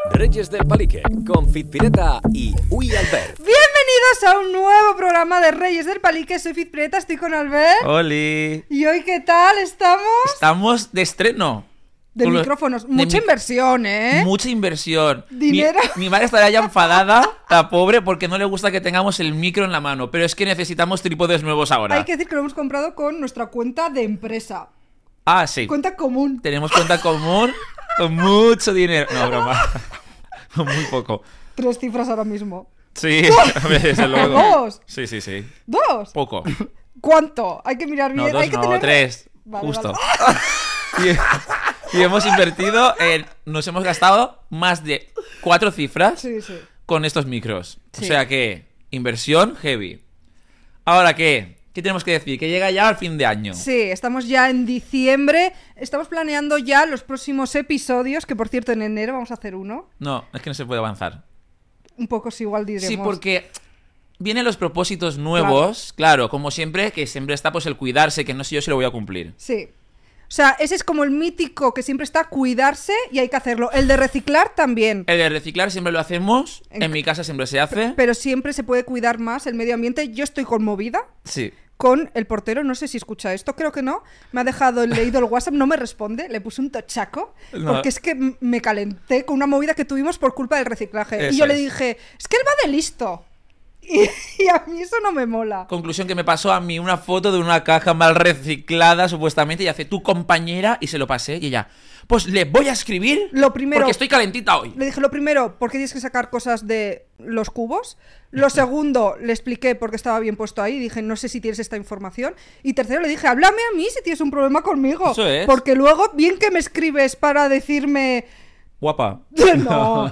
Reyes del Palique, con Fitpireta y Uy Albert. Bienvenidos a un nuevo programa de Reyes del Palique. Soy Fitpireta, estoy con Albert. ¡Holi! ¿Y hoy qué tal estamos? Estamos de estreno. De micrófonos. Mucha inversión, ¿eh? Mucha inversión. Dinero. Mi madre estará ya enfadada, la pobre, porque no le gusta que tengamos el micro en la mano. Pero es que necesitamos trípodes nuevos ahora. Hay que decir que lo hemos comprado con nuestra cuenta de empresa. Ah, sí. Cuenta común. Tenemos cuenta común con mucho dinero. No, broma. Con muy poco. 3 cifras ahora mismo. Sí, desde luego. ¿2? Sí. ¿2? Poco. ¿Cuánto? Hay que mirar bien. No, 2 Hay que no, tener... 3. Vale, justo. vale. Y hemos invertido nos hemos gastado más de 4 cifras Sí. con estos micros. Sí. O sea que, inversión heavy. Ahora, ¿qué? ¿Qué tenemos que decir? Que llega ya al fin de año. Sí, estamos ya en diciembre. Estamos planeando ya los próximos episodios, que por cierto en enero vamos a hacer uno. No, es que no se puede avanzar. Un poco sí, igual diremos. Sí, porque vienen los propósitos nuevos, claro, como siempre, que siempre está pues el cuidarse, que no sé yo si lo voy a cumplir. Sí. O sea, ese es como el mítico que siempre está cuidarse y hay que hacerlo. El de reciclar también. El de reciclar siempre lo hacemos, en mi casa siempre se hace. Pero siempre se puede cuidar más el medio ambiente. Yo estoy conmovida Sí. con el portero, no sé si escucha esto, creo que no. Me ha dejado leído el WhatsApp, no me responde, le puse un tochaco, No. porque es que me calenté con una movida que tuvimos por culpa del reciclaje. Eso y yo le es. dije, es que él va de listo. Y a mí eso no me mola. Conclusión que me pasó a mí una foto de una caja mal reciclada, supuestamente, y hace tu compañera, y se lo pasé, y ella, pues le voy a escribir Lo primero, porque estoy calentita hoy. le dije lo primero, ¿por qué tienes que sacar cosas de los cubos? Lo segundo, le expliqué por qué estaba bien puesto ahí. Dije, no sé si tienes esta información. Y tercero, le dije, háblame a mí si tienes un problema conmigo. Eso es. Porque luego, bien que me escribes para decirme... Guapa. No.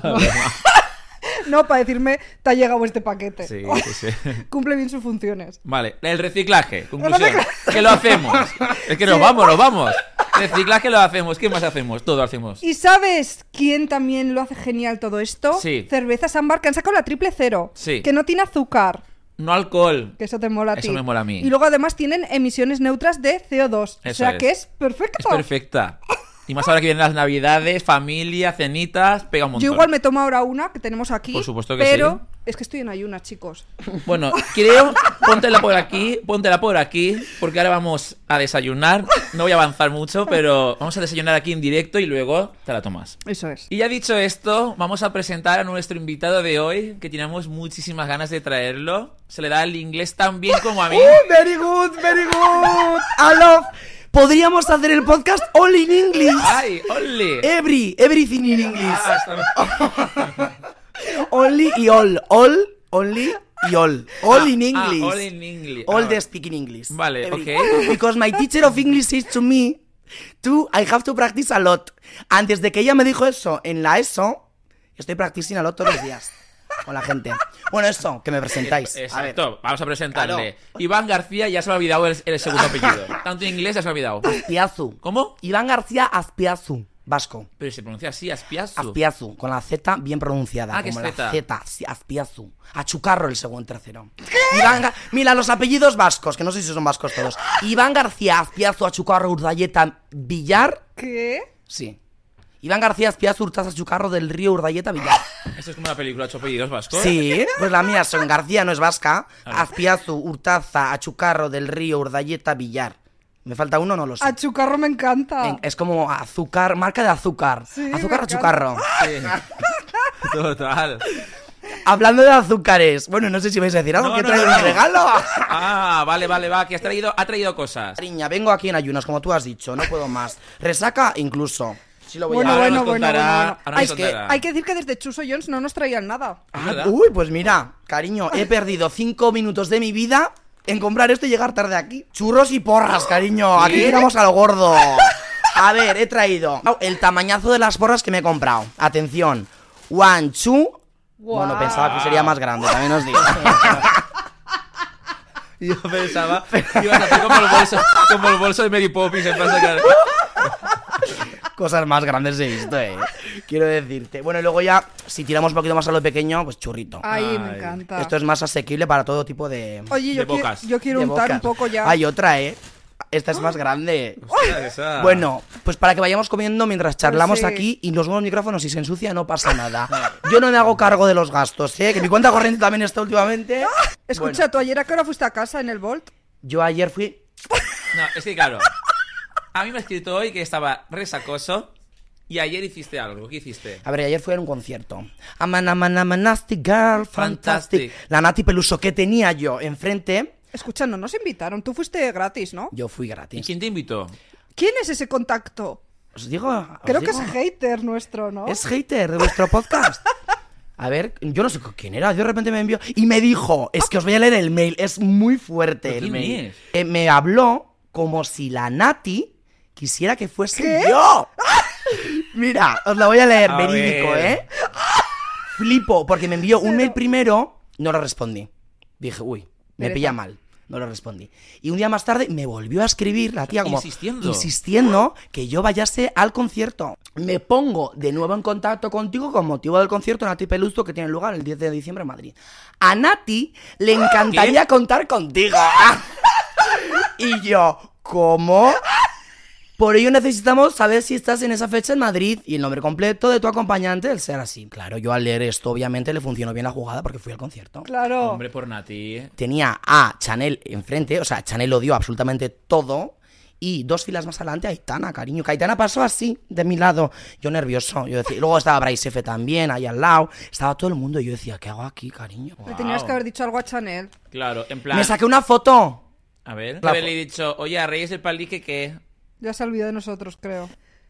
No, para decirme, te ha llegado este paquete. Sí. Cumple bien sus funciones. Vale, el reciclaje, conclusión. Que lo hacemos. Es que nos vamos. Reciclaje lo hacemos. ¿Qué más hacemos? Todo lo hacemos. ¿Y sabes quién también lo hace genial todo esto? Sí. Cervezas Ámbar, que han sacado la 000. Sí. Que no tiene azúcar. No alcohol. Que eso te mola a ti. Eso me mola a mí. Y luego además tienen emisiones neutras de CO2. O Eso sea es. que es perfecto. Es perfecta. Y más ahora que vienen las navidades, familia, cenitas, pega un montón. Yo igual me tomo ahora una que tenemos aquí. Por supuesto que pero sí. es que estoy en ayunas, chicos. Bueno, creo, póntela por aquí, porque ahora vamos a desayunar. No voy a avanzar mucho, pero vamos a desayunar aquí en directo y luego te la tomas. Eso es. Y ya dicho esto, vamos a presentar a nuestro invitado de hoy, que tenemos muchísimas ganas de traerlo. Se le da el inglés tan bien como a mí. Very good. I love. Podríamos hacer el podcast all in English. ¡Ay, ole! Everything in English. Ah, Only y all. Only y all. All in English. all in English. All Ah, the speaking English. Vale, Every- ok. Because my teacher of English says to me, I have to practice a lot. Antes de que ella me dijo eso en la ESO, estoy practicing a lot todos los días con la gente. Bueno, eso, que me presentáis. A ver. Exacto, vamos a presentarle. Claro. Iván García, ya se me ha olvidado el segundo apellido. Tanto en inglés ya se me ha olvidado. Azpiazu. ¿Cómo? Iván García Azpiazu, vasco. Pero se pronuncia así, Aspiazu. Azpiazu, con la Z bien pronunciada. Ah, que como es la Z. Z, sí, Azpiazu. Achucarro el segundo tercero. Mira, los apellidos vascos, que no sé si son vascos todos. Iván García, Azpiazu, Achucarro, Urdayeta, Villar. ¿Qué? Sí. Iván García, Azpiazu, Urtaza, Achucarro, del Río, Urdayeta, Villar. Esto es como una película, 8 apellidos vascos. Sí, pues la mía son García, no es vasca. Azpiazu, Urtaza, Achucarro, del Río, Urdayeta, Villar. ¿Me falta uno? No lo sé. A Chucarro me encanta. Es como azúcar, marca de azúcar. Sí, azúcar me Achucarro. Sí. Total. Hablando de azúcares, bueno, no sé si vais a decir algo, No, que no, traigo no, un no. regalo. Ah, vale, va, que ha traído cosas. Cariña, vengo aquí en ayunas, como tú has dicho, no puedo más. Resaca incluso. Sí lo voy Bueno, a Ahora bueno, nos bueno, contará, bueno. ahora nos Es que contará. hay que decir que desde Chuso Jones no nos traían nada. ¿Es verdad? Uy, pues mira, cariño, he perdido 5 minutos de mi vida en comprar esto y llegar tarde aquí. Churros y porras, cariño, aquí tiramos a lo gordo. A ver, he traído el tamañazo de las porras que me he comprado. Atención, 1, 2. Guau. Bueno, pensaba que sería más grande, también os digo. Yo pensaba que ibas a hacer como el bolso de Mary Poppins en pasa que... Cosas más grandes he visto, quiero decirte. Bueno, y luego ya, si tiramos un poquito más a lo pequeño, pues churrito. Ay, me Ay. encanta. Esto es más asequible para todo tipo de... Oye, de bocas. yo quiero de untar bocas. un poco ya. Hay otra, Esta es más grande. Ostras, esa. Bueno, pues para que vayamos comiendo mientras charlamos sí. aquí y los buenos micrófonos, si se ensucia no pasa nada. Yo no me hago cargo de los gastos, que mi cuenta corriente también está últimamente. Escucha, Bueno, ¿tú ayer a qué hora fuiste a casa en el Volt? yo ayer fui... No, es que claro. A mí me ha escrito hoy que estaba resacoso y ayer hiciste algo. ¿Qué hiciste? A ver, ayer fui a un concierto. I'm a nasty girl, fantastic. La Nati Peluso que tenía yo enfrente, Escucha, no nos invitaron, tú fuiste gratis, ¿no? yo fui ¿Y gratis. quién te invitó? ¿Quién es ese contacto? Os digo... Creo os que digo, es hater nuestro, ¿no? es hater de vuestro podcast. A ver, yo no sé quién era, de repente me envió y me dijo, es que os voy a leer el mail, es muy fuerte ¿Pero el quién mail. es? Me habló como si la Nati quisiera que fuese ¿Qué? yo. Mira, os la voy a leer, A verídico, ver. Flipo, porque me envió un mail primero, no lo respondí. Dije, uy, me Pereza. pilla mal. No lo respondí. Y un día más tarde me volvió a escribir la tía como... Insistiendo. que yo vayase al concierto. Me pongo de nuevo en contacto contigo con motivo del concierto Nati Peluso que tiene lugar el 10 de diciembre en Madrid. A Nati le encantaría contar contigo. Y yo, ¿cómo? Por ello necesitamos saber si estás en esa fecha en Madrid y el nombre completo de tu acompañante, el ser así. Claro, yo al leer esto obviamente le funcionó bien la jugada porque fui al concierto. Claro. Hombre, por Nati. Tenía a Chanel enfrente, o sea, Chanel lo dio absolutamente todo. Y 2 filas más adelante, Aitana, cariño. Que Aitana pasó así, de mi lado. Yo nervioso. Yo decía, luego estaba Bryce F también, ahí al lado. Estaba todo el mundo y yo decía, ¿qué hago aquí, cariño? Le tenías que haber dicho algo a Chanel. Claro, en plan. Me saqué una foto. A ver, La haberle dicho, oye, a Reyes el Palique que. Ya se olvidó de nosotros, creo.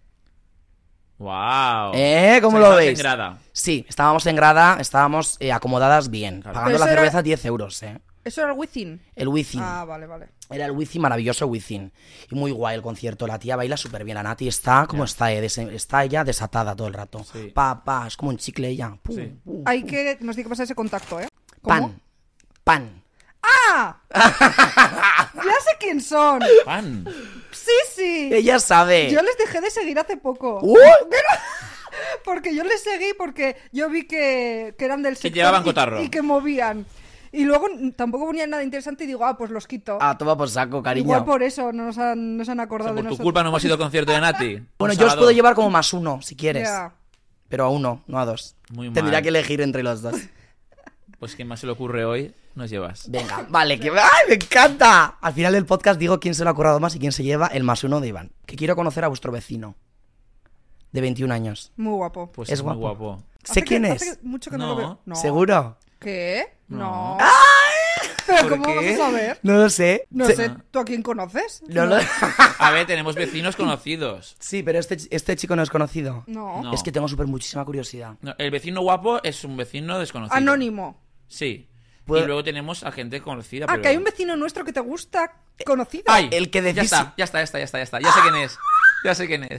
¡Wow! ¿Cómo O sea, lo estabas veis? en grada. Sí, estábamos en grada, estábamos acomodadas bien. Claro. Pagando Pero la eso era- cerveza 10 euros, ¿Eso era el Within? El Wizzing. Ah, vale, vale. Era el Wizzing, maravilloso Wizzing. Y muy guay el concierto. La tía baila súper bien. La Nati está como Ya. está, está ella desatada todo el rato. Sí. Pa, es como un chicle ella. Pum, Sí. pum. Hay que... Nos tiene que pasar ese contacto, ¿eh? ¿Cómo? Pan. ¡Ah! Ya sé quién son. Pan. Sí. Ella sabe. Yo les dejé de seguir hace poco. ¡Uh! Porque yo les seguí porque yo vi que eran del sector llevaban y- cotarro. y que movían. Y luego tampoco ponían nada interesante y digo, pues los quito. Toma por saco, cariño. Igual por eso no nos han O sea, acordado de por tu nosotros. culpa no hemos ido al concierto de Nati. Bueno, Un yo os sábado. puedo llevar como +1, si quieres. Ya. Pero a 1, no a 2. Muy mal. Tendría que elegir entre los dos. Pues quien más se le ocurre hoy, nos llevas. Venga, vale, que... ¡Ay, me encanta! Al final del podcast digo quién se lo ha currado más y quién se lleva el +1 de Iván. Que quiero conocer a vuestro vecino. De 21 años. Muy guapo. Pues Es es muy guapo. guapo. Sé quién es. Hace mucho que no No. lo veo. No. ¿Seguro? ¿Qué? No. No. ¿Pero ¿Por cómo qué? vas a saber? No lo sé. No Se- sé, ¿tú a quién conoces? No lo- A ver, tenemos vecinos conocidos. Sí, pero este chico no es conocido. No. No. Es que tengo muchísima curiosidad. No, el vecino guapo es un vecino desconocido. Anónimo. Sí. Puedo- Y luego tenemos a gente conocida. Ah, pero... que hay un vecino nuestro que te gusta conocido. ¡Ay! El que decís- Ya está. Ya sé quién es. Ya sé quién es.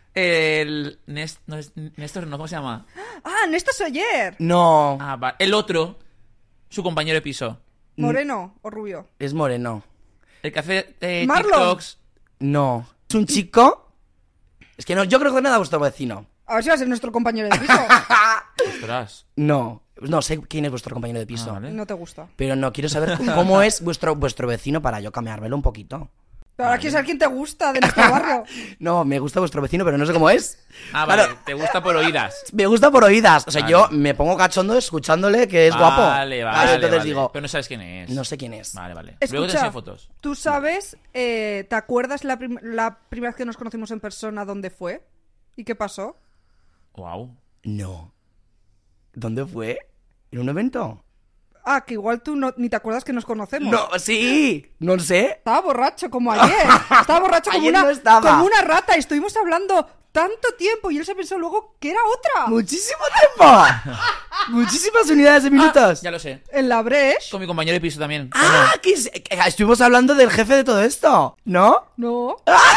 El... no, Néstor, no, ¿cómo se llama? Ah, Néstor Soller. No, Ah, va. El otro. Su compañero de piso. ¿Moreno o rubio? es moreno. El que hace Marlon. TikToks. No. ¿Es un chico? Es que no, yo creo que nada a vuestro vecino. A ver si va a ser nuestro compañero de piso. Ostras. No, sé quién es vuestro compañero de piso. Ah, vale. No te gusta. Pero no, quiero saber cómo es vuestro vecino para yo cambiármelo un poquito. Pero ahora quiero saber quién te gusta de nuestro barrio. No, me gusta vuestro vecino, pero no sé cómo es. Ah, Claro, vale. Te gusta por oídas. me gusta por oídas. O sea, Vale. yo me pongo cachondo escuchándole que es guapo. Vale. Entonces vale. digo, Pero no sabes quién es. no sé quién es. Vale. Luego te Escucha, enseño fotos. ¿tú sabes, te acuerdas la primera vez que nos conocimos en persona dónde fue? ¿Y qué pasó? Wow. No. ¿Dónde fue? ¿En un evento? Ah, que igual tú ni te acuerdas que nos conocemos. No, sí. No sé. Estaba borracho como ayer. Estaba borracho como, Ayer no estaba. como una rata. Y estuvimos hablando tanto tiempo y él se pensó luego que era otra. Muchísimo tiempo. Muchísimas unidades de minutos. Ya lo sé. En la Breche. Con mi compañero de piso también. Ah, que estuvimos hablando del jefe de todo esto, ¿no? No.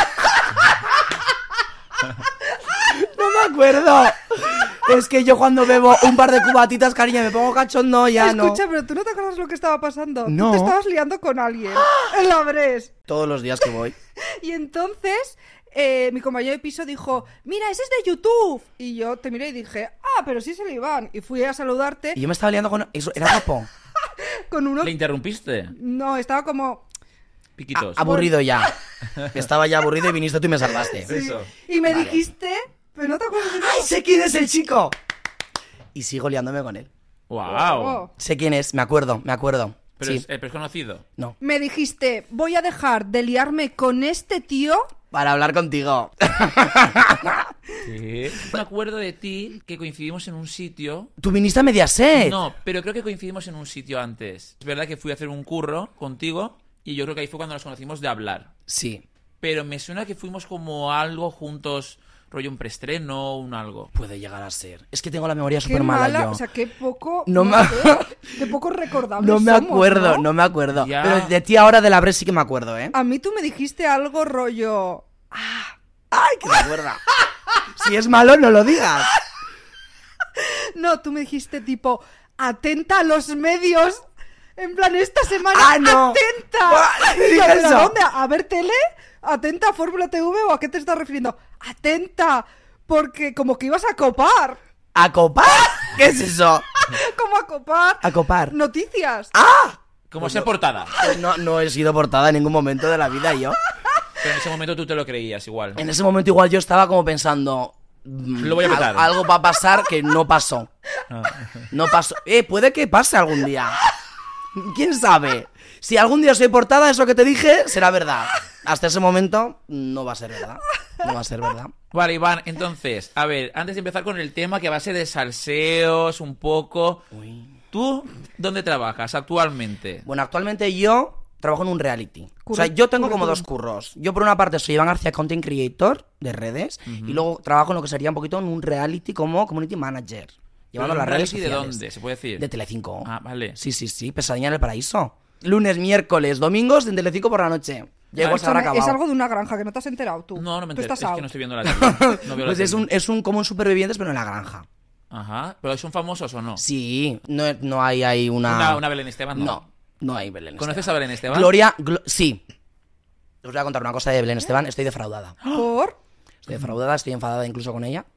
No me acuerdo. Es que yo cuando bebo un par de cubatitas, cariño, me pongo cachondo, ya Escucha, no. pero tú no te acuerdas lo que estaba pasando. No. Tú te estabas liando con alguien en la Breche. Todos los días que voy. Y entonces mi compañero de piso dijo, mira, ese es de YouTube. Y yo te miré y dije, pero sí es el Iván. Y fui a saludarte Y yo me estaba liando con... Eso, era guapo. con uno... ¿Le interrumpiste? No, estaba como... Piquitos. Aburrido ya. Estaba ya aburrido y viniste tú y me salvaste. Eso. Y me dijiste, pero no te acuerdas de ¡Ay, sé quién es el chico! Y sigo liándome con él. Wow. Sé quién es, me acuerdo. Pero, Sí. pero es conocido. No. Me dijiste, voy a dejar de liarme con este tío. Para hablar contigo. ¿Qué? Me acuerdo de ti que coincidimos en un sitio. ¿Tú viniste a Mediaset? No, pero creo que coincidimos en un sitio antes. Es verdad que fui a hacer un curro contigo y yo creo que ahí fue cuando nos conocimos de hablar. Sí. Pero me suena que fuimos como algo juntos, rollo un preestreno, un algo. Puede llegar a ser. Es que tengo la memoria Qué súper mala mala, yo. o sea, qué poco. No me- Qué poco recordable. No me somos, acuerdo, ¿no? no me acuerdo. Ya. Pero de ti ahora de la Bre sí que me acuerdo, ¿eh? A mí tú me dijiste algo rollo. ¡Ay, que me acuerda! Si es malo, no lo digas. No, tú me dijiste tipo, atenta a los medios. En plan, esta semana, ¡Ah, no! atenta. ¡Buah! Y yo, Diga ¿pero eso! a dónde? ¿A ver tele? ¿Atenta a Fórmula TV o a qué te estás refiriendo? Atenta, porque como que ibas a copar. ¿A copar? ¿Qué es eso? ¿Cómo a copar? A copar. Noticias. Como ser portada. No he sido portada en ningún momento de la vida yo. Pero en ese momento tú te lo creías igual. En ese momento igual yo estaba como pensando... Lo voy a petar. Algo va a pasar que no pasó. No pasó. Puede que pase algún día. ¿Quién sabe? Si algún día soy portada, eso que te dije será verdad. Hasta ese momento no va a ser verdad. No va a ser verdad. Vale, Iván, entonces, a ver, antes de empezar con el tema que va a ser de salseos un poco, ¿tú dónde trabajas actualmente? Bueno, actualmente yo trabajo en un reality. O sea, yo tengo como dos curros. Yo por una parte soy Iván García, content creator de redes, y luego trabajo en lo que sería un poquito en un reality como community manager. Llevando ¿Pero las un redes reality de sociales. dónde? ¿Se puede decir? De Telecinco. Ah, vale. Sí, Pesadilla en el Paraíso. Lunes, miércoles, domingos en Telecinco por la noche. Ya igual se habrá Escúchame, es acabado. algo de una granja que no te has enterado tú. No, no me Tú entero. estás Es que out. no estoy viendo la tele. No veo la Pues es tele. un como un supervivientes, pero en la granja. Ajá. ¿Pero son famosos o no? Sí, no hay una... Una Belén Esteban, ¿no? No hay Belén ¿Conoces Esteban. a Belén Esteban? Sí. Os voy a contar una cosa de Belén Esteban. Estoy defraudada. ¿Por? Estoy defraudada, estoy enfadada incluso con ella.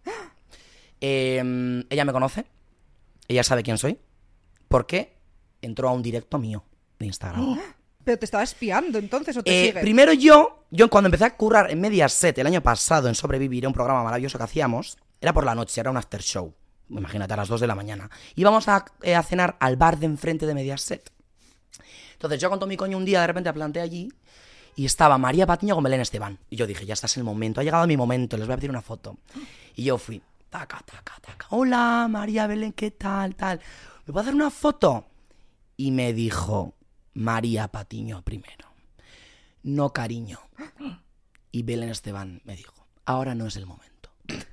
Ella me conoce. Ella sabe quién soy. Porque entró a un directo mío de Instagram. Pero te estaba espiando entonces o te sigue. Primero yo cuando empecé a currar en Mediaset el año pasado en Sobrevivir, un programa maravilloso que hacíamos, era por la noche, era un after show. Imagínate, a las 2 de la mañana. Íbamos a cenar al bar de enfrente de Mediaset. Entonces yo con todo mi coño un día de repente planteé allí y estaba María Patiño con Belén Esteban. Y yo dije, ya está, es el momento, ha llegado mi momento, les voy a pedir una foto. Y yo fui, taca. Hola, María Belén, ¿qué tal? ¿Me puedo hacer una foto? Y me dijo María Patiño primero. No, cariño. Y Belén Esteban me dijo, ahora no es el momento.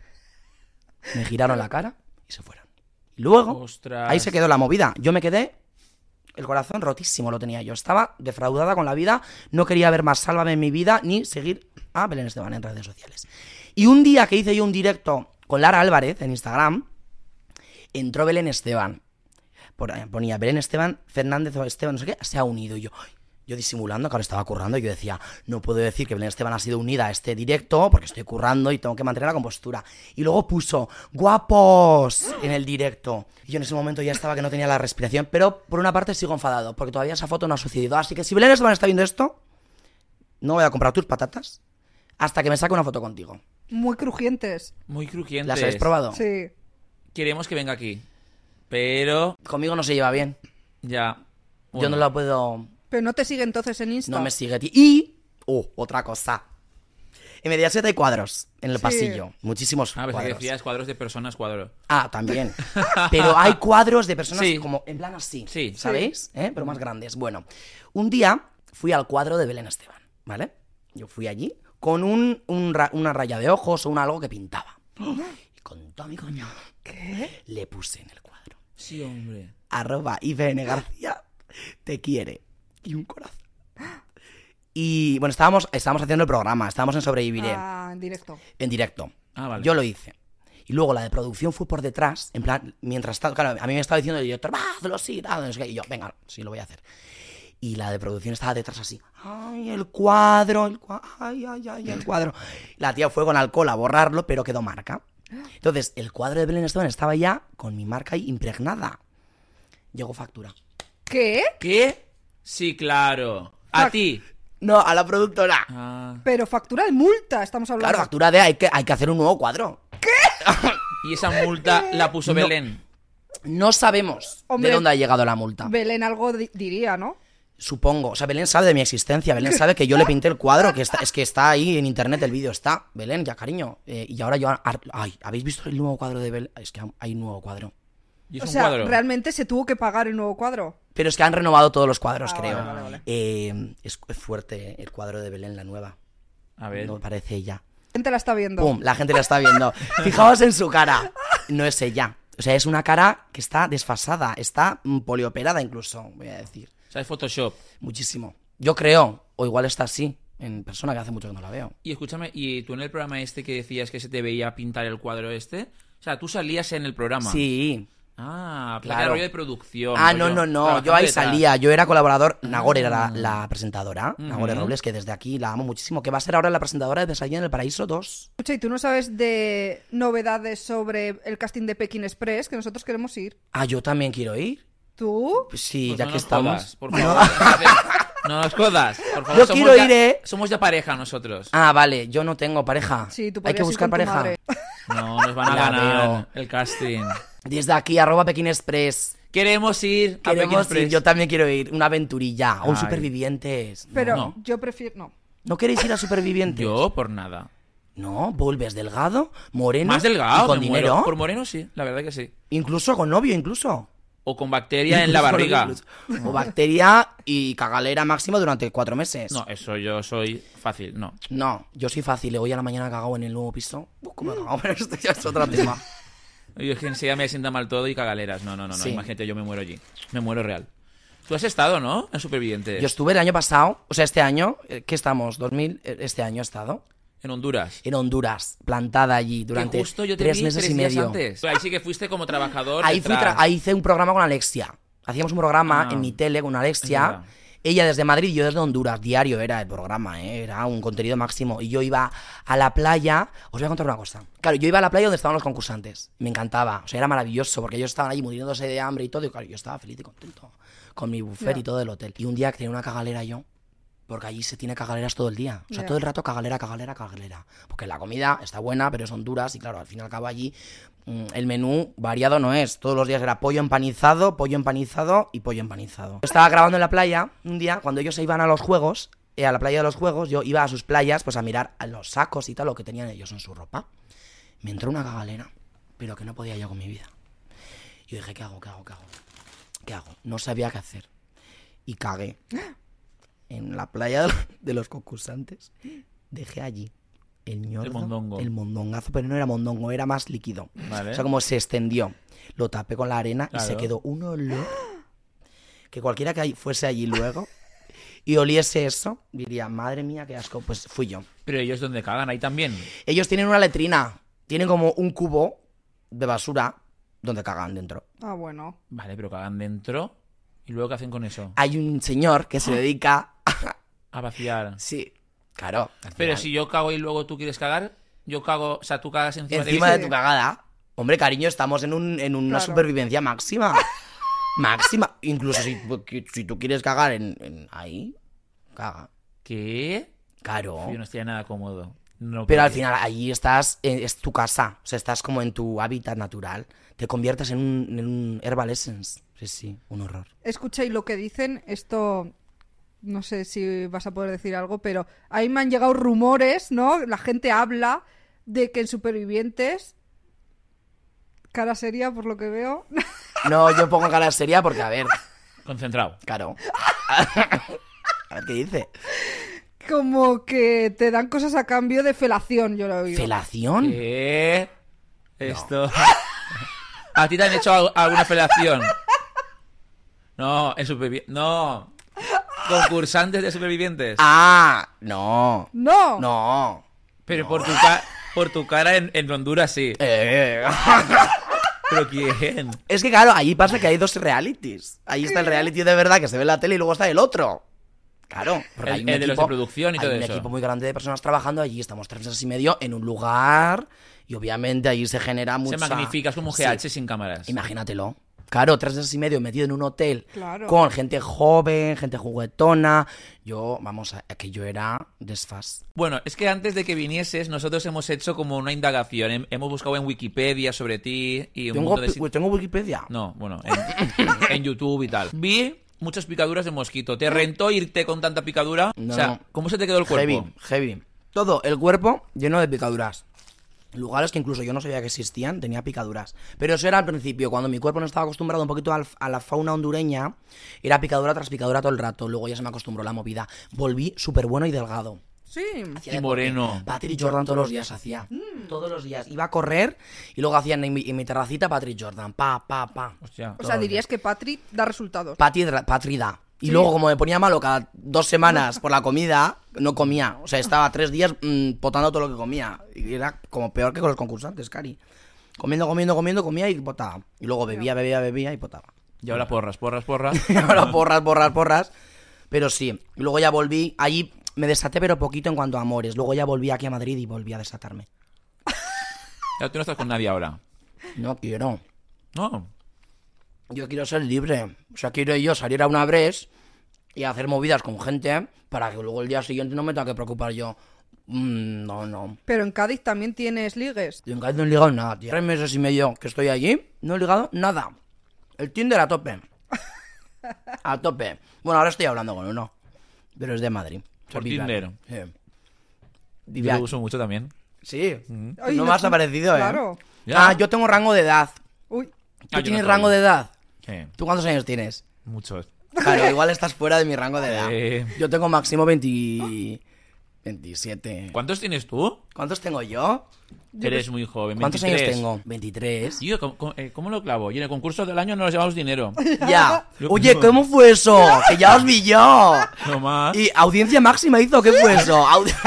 Me giraron la cara y se fueron. Y luego, Ostras. ahí se quedó la movida. Yo me quedé, el corazón rotísimo lo tenía yo. Estaba defraudada con la vida, no quería ver más Sálvame en mi vida, ni seguir a Belén Esteban en redes sociales. Y un día que hice yo un directo con Lara Álvarez en Instagram, entró Belén Esteban. Ponía Belén Esteban, Fernández o Esteban, no sé qué, se ha unido. Y yo disimulando, que ahora estaba currando, y yo decía, no puedo decir que Belén Esteban ha sido unida a este directo, porque estoy currando y tengo que mantener la compostura. Y luego puso, guapos, en el directo. Y yo en ese momento ya estaba que no tenía la respiración, pero por una parte sigo enfadado, porque todavía esa foto no ha sucedido. Así que si Belén Esteban está viendo esto, no voy a comprar tus patatas hasta que me saque una foto contigo. Muy crujientes. Muy crujientes. ¿Las habéis probado? Sí. Queremos que venga aquí. Pero Conmigo no se lleva bien. ya. Yo bueno. no la puedo... Pero no te sigue entonces en Insta. No me sigue, tío. Y... otra cosa. En Mediaset hay cuadros en el Sí. pasillo. Muchísimos A veces que cuadros. decías cuadros de personas, cuadro. Ah, también. Pero hay cuadros de personas Sí. como en plan así. Sí. ¿Sabéis? Pero más grandes. Bueno, un día fui al cuadro de Belén Esteban, ¿vale? Yo fui allí con una raya de ojos o un algo que pintaba. Y con todo mi coño. ¿Qué? Le puse en el cuadro. Sí, hombre. @IVN García te quiere. Y un corazón. Y bueno, estábamos haciendo el programa, estábamos en Sobreviviré. Ah, en directo. En directo. Ah, vale. Yo lo hice. Y luego la de producción fue por detrás, en plan, mientras estaba, claro, a mí me estaba diciendo el director, hazlo, sí, no sé qué. Y yo, venga, sí, lo voy a hacer. Y la de producción estaba detrás así, ay, el cuadro, ay, el cuadro. La tía fue con alcohol a borrarlo, pero quedó marca. Entonces, el cuadro de Belén Esteban estaba ya con mi marca ahí impregnada. Llegó factura. ¿Qué? ¿Qué? Sí, claro. A ti. No, a la productora. Ah. Pero factura de multa, estamos hablando. Claro, factura de hay que hacer un nuevo cuadro. Y esa multa la puso No. Belén. No sabemos Hombre, de dónde ha llegado la multa. Belén algo diría, ¿no? Supongo. O sea, Belén sabe de mi existencia. Belén sabe que yo le pinté el cuadro, que es que está ahí en internet el vídeo. Está. Belén, ya cariño. Y ahora yo... Ay, ¿habéis visto el nuevo cuadro de Belén? Es que hay un nuevo cuadro. Y es O un sea, cuadro. realmente se tuvo que pagar el nuego cuadro. Pero es que han renovado todos los cuadros, Ah, creo. vale. Es fuerte el cuadro de Belén, la nueva. A ver. No parece ella. La gente la está viendo. ¡Pum! La gente la está viendo. Fijaos en su cara. No es ella. O sea, es una cara que está desfasada. Está polioperada incluso, voy a decir. O sea, es Photoshop. Muchísimo. Yo creo. O igual está así. En persona, que hace mucho que no la veo. Y escúchame, ¿y tú en el programa este que decías que se te veía pintar el cuadro este? O sea, tú salías en el programa. Sí. Ah, Claro. claro. Rollo de producción. Ah, rollo, no. trabajando Yo ahí detrás. salía. Yo era colaborador. Nagore era la presentadora. Ujú. Nagore Robles, que desde aquí la amo muchísimo. Que va a ser ahora la presentadora de Pesadilla en el Paraíso 2. Escucha, ¿y tú no sabes de novedades sobre el casting de Pekín Express? Que nosotros queremos ir. Ah, yo también quiero ir. ¿Tú? Pues sí, Pues ya no que nos estamos. jodas, por favor. No nos jodas, por favor. Yo somos quiero ya- ir, ¿eh? Somos ya pareja nosotros. Ah, vale. Yo no tengo pareja. Sí, tú Hay podrías que ir buscar con tu pareja. madre. No, nos van a La ganar veo. el casting. Desde aquí, @Pekín Express. Queremos ir a Pekín Queremos Express. ir, yo también quiero ir. Una aventurilla. O un Ay. Supervivientes. Pero No. yo prefiero... No. ¿No queréis ir a Supervivientes? Yo, por nada. No, vuelves delgado, moreno. Más delgado, y con me dinero. muero. Por moreno sí, la verdad que sí. Incluso con novio, incluso. O con bacteria en la Incluso con barriga. novio, incluso. O bacteria y cagalera máximo durante 4 meses. No, eso yo soy fácil, no. No, yo soy fácil. Hoy a la mañana cagado en el nuevo piso. ¿Cómo he cagado? Pero esto ya es otro tema. Yo es que enseguida me sienta mal todo y cagaleras. No. Sí. Imagínate, yo me muero allí. Me muero real. Tú has estado, ¿no? En Supervivientes. Yo estuve el año pasado, o sea, este año, ¿qué estamos? 2000, este año he estado En Honduras. en Honduras, plantada allí durante Que justo yo te 3 vi meses 3 y días medio. antes. Ahí sí que fuiste como trabajador. Ahí, detrás. ahí hice un programa con Alexia. Hacíamos un programa Ah. en mi tele con Es Alexia. verdad. Ella desde Madrid y yo desde Honduras. Diario era el programa, ¿eh? Era un contenido máximo. Y yo iba a la playa. Os voy a contar una cosa. Claro, yo iba a la playa donde estaban los concursantes. Me encantaba. O sea, era maravilloso porque ellos estaban allí muriéndose de hambre y todo. Y claro, yo estaba feliz y contento con mi buffet Ya. y todo del hotel. Y un día que tenía una cagalera yo. Porque allí se tiene cagaleras todo el día. O sea, Ya. todo el rato cagalera. Porque la comida está buena, pero es Honduras. Y claro, al fin y al cabo allí el menú variado no es. Todos los días era pollo empanizado y pollo empanizado. Yo estaba grabando en la playa un día, cuando ellos se iban a los juegos, a la playa de los juegos, yo iba a sus playas pues a mirar a los sacos y tal, lo que tenían ellos en su ropa. Me entró una cagalera, pero que no podía yo con mi vida. Yo dije, ¿qué hago? No sabía qué hacer. Y cagué. En la playa de los concursantes, dejé allí el ñordo, El mondongo. el mondongazo, pero no era mondongo, era más líquido. Vale. O sea, como se extendió. Lo tapé con la arena y se Claro. quedó un olor que cualquiera que fuese allí luego y oliese eso, diría, madre mía, qué asco. Pues fui yo. Pero ellos donde cagan, ahí también. Ellos tienen una letrina, tienen como un cubo de basura donde cagan dentro. Ah, bueno. Vale, pero cagan dentro. ¿Y luego qué hacen con eso? Hay un señor que se dedica A vaciar. Sí, claro. al Pero final. si yo cago y luego tú quieres cagar, yo cago, o sea, tú cagas encima, Encima de de tu cagada. Hombre, cariño, estamos en una Claro. supervivencia máxima. Máxima. Incluso si tú quieres cagar en ahí, caga. ¿Qué? Claro. Yo no estoy nada cómodo. No Pero al podría. final allí estás, es tu casa. O sea, estás como en tu hábitat natural. Te conviertes en un Herbal Essence. Sí, un horror. Escucha, y lo que dicen, esto... No sé si vas a poder decir algo, pero ahí me han llegado rumores, ¿no? La gente habla de que en Supervivientes... Cara seria, por lo que veo. No, yo pongo cara seria porque, a ver, Concentrado. claro. A ver qué dice. Como que te dan cosas a cambio de felación, yo lo he oído. ¿Felación? ¿Qué? Esto... ¿A ti te han hecho alguna felación? No, en supervivientes. No. Concursantes de supervivientes. Ah, no. ¡No! No. Pero por tu cara en Honduras sí. ¿Pero quién? Es que claro, allí pasa que hay dos realities. Ahí está el reality de verdad que se ve en la tele y luego está el otro. Claro, porque El- hay un el de los de producción y todo hay un eso. equipo muy grande de personas trabajando allí. Estamos 3 meses y medio en un lugar y obviamente allí se genera mucha... Se magnifica, es como un Sí. GH sin cámaras. Imagínatelo. Claro, 3 meses y medio metido en un hotel Claro. con gente joven, gente juguetona. Que yo era desfaz. Bueno, es que antes de que vinieses, nosotros hemos hecho como una indagación. Hemos buscado en Wikipedia sobre ti y un montón de... ¿Tengo Wikipedia? No, bueno, en YouTube y tal. Vi muchas picaduras de mosquito. ¿Te rentó irte con tanta picadura? No. O sea, ¿cómo se te quedó el cuerpo? Heavy. Todo el cuerpo lleno de picaduras. Lugares que incluso yo no sabía que existían, tenía picaduras. Pero eso era al principio, cuando mi cuerpo no estaba acostumbrado un poquito a la fauna hondureña, era picadura tras picadura todo el rato. Luego ya se me acostumbró la movida. Volví súper bueno y delgado. Sí. Hacía Y deporte. moreno. Patrick Jordan todos los días hacía. Todos los días. Iba a correr y luego hacía en mi terracita Patrick Jordan. Pa. Hostia. O sea, dirías que Patri da resultados. Patri da. Y Sí. luego, como me ponía malo cada 2 semanas por la comida, no comía. O sea, estaba 3 días potando todo lo que comía. Y era como peor que con los concursantes, Cari. Comiendo, comía y potaba. Y luego bebía y potaba. Y ahora porras. Y ahora porras. Pero sí. Y luego ya volví. Allí me desaté, pero poquito en cuanto a amores. Luego ya volví aquí a Madrid y volví a desatarme. Ya tú no estás con nadie ahora. No quiero. No. Yo quiero ser libre. O sea, quiero yo salir a una bres y hacer movidas con gente para que luego el día siguiente no me tenga que preocupar yo. No. Pero en Cádiz también tienes ligues. Yo en Cádiz no he ligado nada, tío. 3 meses y medio que estoy allí, no he ligado nada. El Tinder a tope. A tope. Bueno, ahora estoy hablando con uno. Pero es de Madrid. O sea, Por vive Tinder. aquí. Sí. Yo Vive lo aquí. uso mucho también. Sí. Ay, No me has aparecido, Claro. Ya. Ah, yo tengo rango de edad. Uy. ¿Tú Ah, yo tienes no rango de edad? Sí, ¿Tú cuántos años tienes? muchos. Claro, igual estás fuera de mi rango de edad. Sí. Yo tengo máximo 27. ¿Cuántos tienes tú? ¿Cuántos tengo yo? Eres muy joven. ¿Cuántos 23. años tengo? 23. Tío, ¿cómo lo clavo? Y en el concurso del año no nos llevamos dinero. Ya. Yo- Oye, ¿cómo fue eso? Que ya os vi yo. No más. Y audiencia máxima hizo, ¿qué fue eso?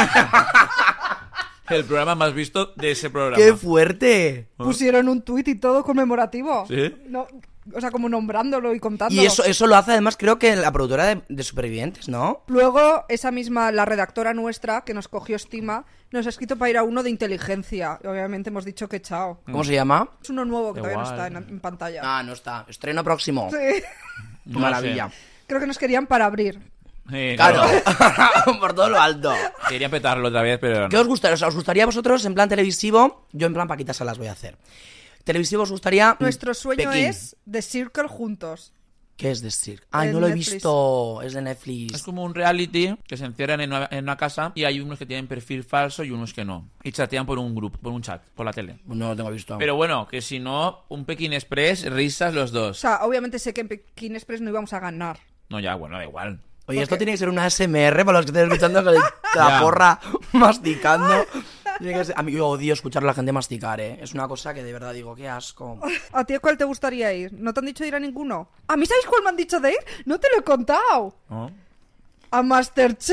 El programa más visto de ese programa. ¡Qué fuerte! Pusieron un tuit y todo conmemorativo. ¿Sí? No, o sea, como nombrándolo y contándolo. Y eso lo hace además creo que la productora de Supervivientes, ¿no? Luego, esa misma, la redactora nuestra, que nos cogió estima, nos ha escrito para ir a uno de inteligencia. Y obviamente hemos dicho que chao. ¿Cómo se llama? Es uno nuevo que todavía no Igual. está en pantalla. Ah, no está. Estreno próximo. Sí. No Maravilla. sé. Creo que nos querían para abrir. Claro. Por todo lo alto. Quería petarlo otra vez, pero... ¿Qué os gustaría? O sea, ¿os gustaría a vosotros en plan televisivo? Yo en plan Paquita Salas voy a hacer. ¿Televisivo os gustaría? Nuestro sueño Pekín. es The Circle juntos. ¿Qué es decir? Ay, En no lo he Netflix. visto. Es de Netflix. Es como un reality que se encierran en una casa y hay unos que tienen perfil falso y unos que no. Y chatean por un grupo, por un chat, por la tele. No lo tengo visto. Pero bueno, que si no, un Pekín Express, risas los O dos. sea, obviamente sé que en Pekín Express no íbamos a ganar. No, ya, bueno, da igual. Oye, esto tiene que ser una ASMR para los que estén escuchando con la Ya. porra masticando. Tiene que ser- A mí yo odio escuchar a la gente masticar, ¿eh? Es una cosa que de verdad digo, qué asco. ¿A ti a cuál te gustaría ir? ¿No te han dicho de ir a ninguno? ¿A mí sabéis cuál me han dicho de ir? No te lo he contado. ¿No? A Masterchef.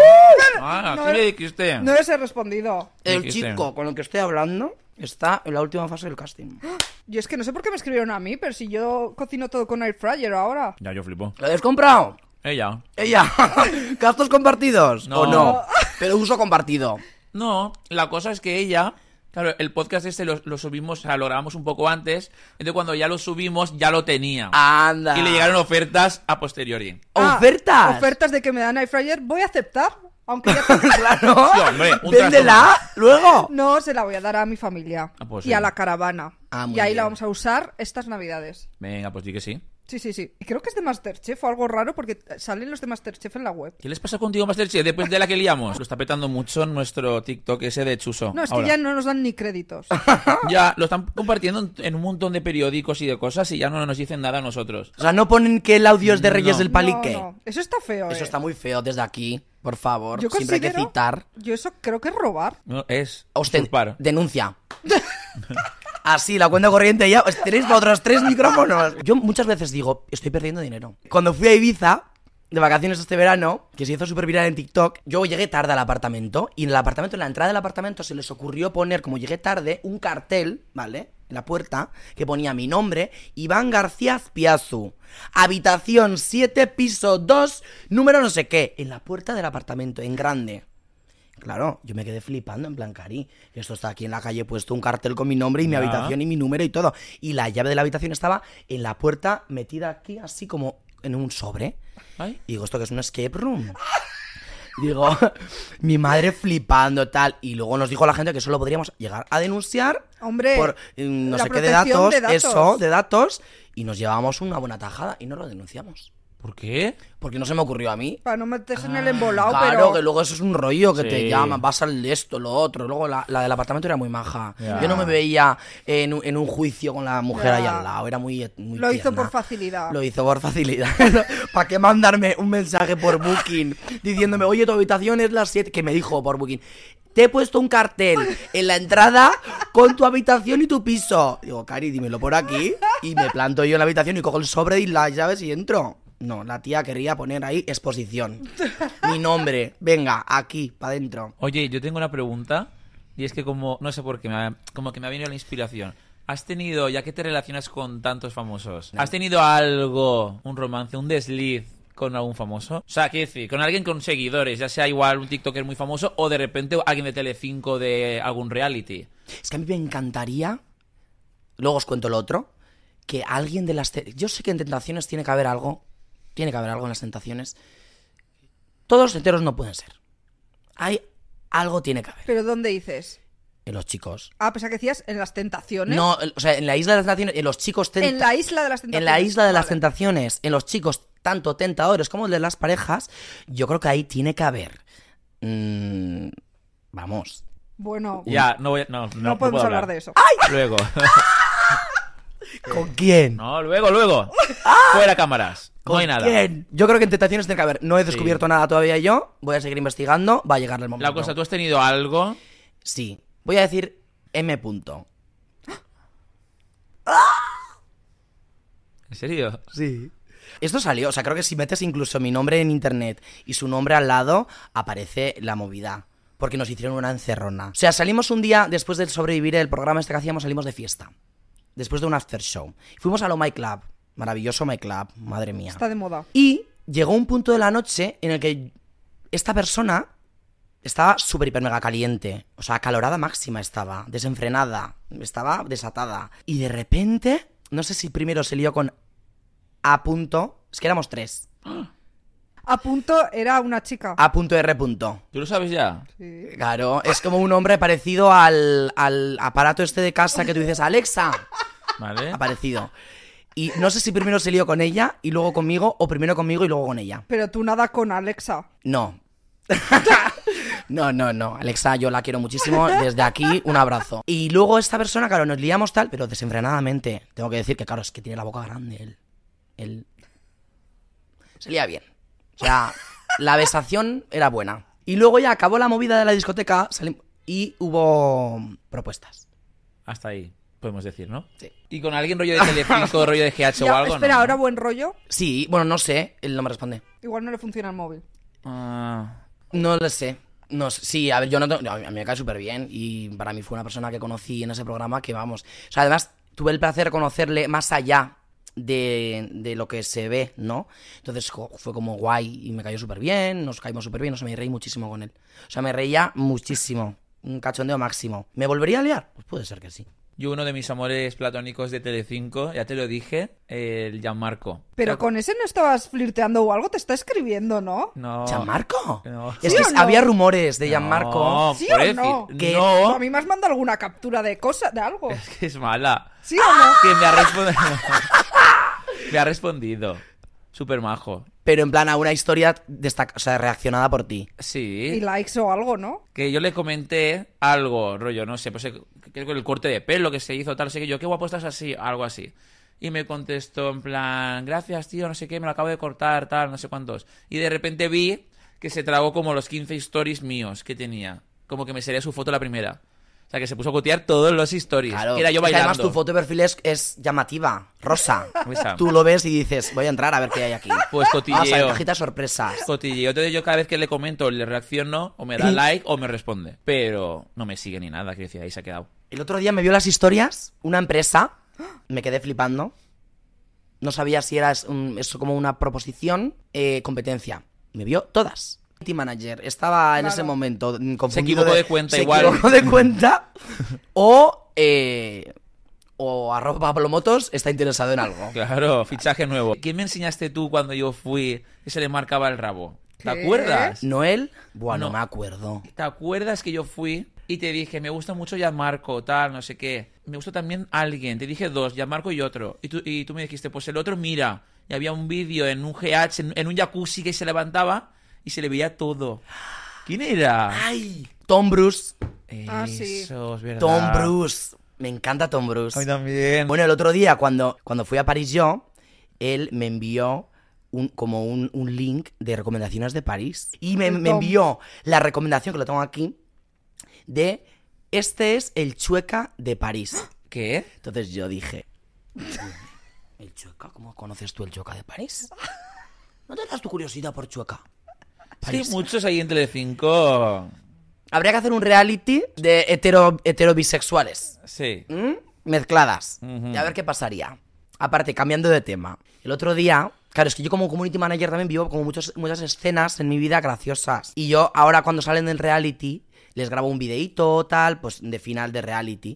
Ah, No, ¿qué le dijiste? No les he respondido. El dijiste? chico con el que estoy hablando está en la última fase del casting. Yo es que no sé por qué me escribieron a mí, pero si yo cocino todo con air fryer ahora. Ya, yo flipo. ¿Lo habéis comprado? Ella. Ella. ¿Gastos compartidos? No. ¿O no? Pero uso compartido. No, la cosa es que ella... Claro, el podcast este lo subimos, o sea, lo grabamos un poco antes. Entonces cuando ya lo subimos, ya lo tenía. Anda. Y le llegaron ofertas a posteriori. ¿Ofertas? Ofertas de que me dan air fryer, voy a aceptar. Aunque ya Claro. Sí, hombre, un Véndela luego. no se la voy a dar a mi familia. Ah, pues y sí. a la caravana. Ah, muy y ahí bien. la vamos a usar estas navidades. Venga, pues di que sí. Sí. Y creo que es de Masterchef o algo raro porque salen los de Masterchef en la web. ¿Qué les pasa contigo, Masterchef, después de la que liamos? Lo está petando mucho nuestro TikTok ese de Chuso. No, es que ahora. ya no nos dan ni créditos. Ya, lo están compartiendo en un montón de periódicos y de cosas y ya no nos dicen nada a nosotros. O sea, no ponen que el audio es de Reyes No. del Palique. No. Eso está feo, Eso está muy feo desde aquí, por favor. Yo Siempre hay que considero- citar. Yo eso creo que es robar. No, es Osten- usurpar. denuncia. Así, la cuenta corriente ya. Tenéis para otros 3 micrófonos. Yo muchas veces digo, estoy perdiendo dinero. Cuando fui a Ibiza, de vacaciones este verano, que se hizo súper viral en TikTok, yo llegué tarde al apartamento. Y en el apartamento, en la entrada del apartamento, se les ocurrió poner, como llegué tarde, un cartel, ¿vale? En la puerta, que ponía mi nombre, Iván García Azpiazu. Habitación 7, piso 2, número no sé qué. En la puerta del apartamento, en grande. Claro, yo me quedé flipando, en plan, Cari, esto está aquí en la calle puesto un cartel con mi nombre y mi Ya. habitación y mi número y todo. Y la llave de la habitación estaba en la puerta metida aquí, así como en un sobre. Ay. Y digo, ¿esto qué es un escape room? Digo, mi madre flipando, tal. Y luego nos dijo la gente que solo podríamos llegar a denunciar Hombre, por no la sé qué de protección datos, de datos. eso, de datos. Y nos llevábamos una buena tajada y no lo denunciamos. ¿Por qué? Porque no se me ocurrió a mí. para no meterse en el embolado, Claro, pero... que luego eso es un rollo que Sí. te llaman, vas al de esto, lo otro. Luego la del apartamento era muy maja. Ya. Yo no me veía en un juicio con la mujer Ya. ahí al lado, era muy Lo hizo tierna. por facilidad. Lo hizo por facilidad. ¿Para qué mandarme un mensaje por Booking diciéndome, oye, tu habitación es las 7? Que me dijo por Booking, te he puesto un cartel en la entrada con tu habitación y tu piso. Digo, Cari, dímelo por aquí. Y me planto yo en la habitación y cojo el sobre y las llaves y entro. No, la tía quería poner ahí exposición. Mi nombre, venga, aquí, para adentro. Oye, yo tengo una pregunta. Y es que como, no sé por qué, como que me ha venido la inspiración. ¿Has tenido, ya que te relacionas con tantos famosos, has tenido algo, un romance, un desliz con algún famoso? O sea, quiero decir, con alguien con seguidores, ya sea igual un TikToker muy famoso o de repente alguien de Telecinco de algún reality. Es que a mí me encantaría, luego os cuento lo otro, que alguien de las... Yo sé que en Tentaciones tiene que haber algo en las Tentaciones. Todos los enteros no pueden ser. Algo tiene que haber. ¿Pero dónde dices? En los chicos. Ah, pensaba que decías en las tentaciones. No, o sea, en la isla de las tentaciones, en los chicos En la isla de las tentaciones. En la isla de las Vale. tentaciones, en los chicos tanto tentadores como el de las parejas, yo creo que ahí tiene que haber. Vamos. Bueno, Ya, no voy a... No, no podemos puedo hablar de eso. Luego. ¿Con quién? No, luego. Fuera cámaras. No ¿Con hay nada. quién? Yo creo que en Tentaciones tiene que haber. No he descubierto nada todavía yo. Voy a seguir investigando. Va a llegar el momento. La cosa, ¿tú has tenido algo? Sí. Voy a decir M. punto. ¿En serio? Sí. Esto salió, o sea, creo que si metes incluso mi nombre en internet y su nombre al lado, aparece la movida. Porque nos hicieron una encerrona. O sea, salimos un día, después de sobrevivir el programa este que hacíamos, salimos de fiesta. Después de un after show. Fuimos a lo My Club. Maravilloso My Club, madre mía. Está de moda. Y llegó un punto de la noche en el que esta persona estaba súper hiper mega caliente. O sea, acalorada máxima estaba, desenfrenada, estaba desatada. Y de repente, no sé si primero se lió con A. punto, es que éramos 3. A punto era una chica. A.R. punto. ¿Tú lo sabes ya? Sí. Claro, es como un hombre parecido al aparato este de casa que tú dices, Alexa. ¿Vale? Ha parecido. Y no sé si primero se lió con ella y luego conmigo, o primero conmigo y luego con ella. Pero tú nada con Alexa. No. No. Alexa, yo la quiero muchísimo. Desde aquí, un abrazo. Y luego esta persona, claro, nos liamos tal, pero desenfrenadamente. Tengo que decir que, claro, es que tiene la boca grande. Él se lía bien. O sea, la besación era buena. Y luego ya acabó la movida de la discoteca y hubo propuestas. Hasta ahí, podemos decir, ¿no? Sí. ¿Y con alguien rollo de Telecinco, rollo de GH o Ya, algo? espera, no? ahora buen rollo. Sí, bueno, no sé. Él no me responde. Igual no le funciona el móvil. Ah, No lo sé. No sé. Sí, a ver, yo no tengo... A mí me cae súper bien. Y para mí fue una persona que conocí en ese programa que, vamos... O sea, además, tuve el placer de conocerle más allá de lo que se ve, ¿no? Entonces fue como guay y me cayó súper bien, nos caímos súper bien, o sea, me reí muchísimo con él. O sea, me reía muchísimo. Un cachondeo máximo. ¿Me volvería a liar? Pues puede ser que sí. yo uno de mis amores platónicos de Telecinco, ya te lo dije, el Gianmarco. Pero con ese no estabas flirteando o algo, te está escribiendo, ¿no? No. ¿Gianmarco? No. Es ¿Sí que o no? había rumores de Gianmarco. No, ¿Sí por o decir, no? Que- ¿O no. a mí me has mandado alguna captura de cosa, de algo? Es que es mala. ¿Sí o no? Que me ha respondido. Me ha respondido. Súper majo. Pero en plan a una historia o sea, reaccionada por ti. Y Sí. likes o algo, ¿no? Que yo le comenté algo, rollo, no sé, pues creo que el corte de pelo que se hizo, tal, no sé qué, yo, qué guapo estás así, algo así. Y me contestó en plan, gracias, tío, no sé qué, me lo acabo de cortar, tal, no sé cuántos. Y de repente vi que se tragó como los 15 stories míos que tenía. Como que me salía su foto la primera. O sea, que se puso a cotear todos los stories. Claro. Que era yo Es que bailando. además tu foto de perfil es llamativa, rosa. Esa. Tú lo ves y dices, voy a entrar a ver qué hay aquí. Pues Vamos a ver, cotilleo. cajita de sorpresas. Cotilleo. Entonces yo cada vez que le comento le reacciono, o me da like o me responde. Pero no me sigue ni nada, que decía, ahí se ha quedado. El otro día me vio las historias, una empresa, me quedé flipando. No sabía si era eso como una proposición, competencia. Me vio todas Community manager estaba en Claro. ese momento confundido. Se equivocó de cuenta igual. Se equivocó de cuenta. O arroba Pablomotos está interesado en algo. Claro, fichaje nuevo. ¿Quién me enseñaste tú cuando yo fui y se le marcaba el rabo? ¿Te ¿Qué? acuerdas? ¿Noel? Buah, no No. me acuerdo. ¿Te acuerdas que yo fui y te dije, me gusta mucho Gianmarco, tal, no sé qué? Me gusta también alguien. Te dije dos, Gianmarco y otro. Y tú me dijiste, pues el otro, mira. Y había un vídeo en un GH, en un jacuzzi que se levantaba y se le veía todo. ¿Quién era? ¡Ay! Tom Bruce. Ah, sí. Eso, es verdad. Tom Bruce. Me encanta Tom Bruce. A mí también. Bueno, el otro día, cuando fui a París yo, él me envió un link de recomendaciones de París. Y me Tom. envió la recomendación, que lo tengo aquí, de este es el Chueca de París. ¿Qué? Entonces yo dije, ¿el Chueca? ¿Cómo conoces tú el Chueca de París? ¿No te das tu curiosidad por Chueca? Sí, muchos ahí en Telecinco. Habría que hacer un reality de hetero-bisexuales. Sí. Mezcladas. Ujú. Y a ver qué pasaría. Aparte, cambiando de tema. El otro día, claro, es que yo como community manager también vivo como muchas escenas en mi vida graciosas. Y yo ahora cuando salen del reality, les grabo un videíto, tal, pues de final de reality.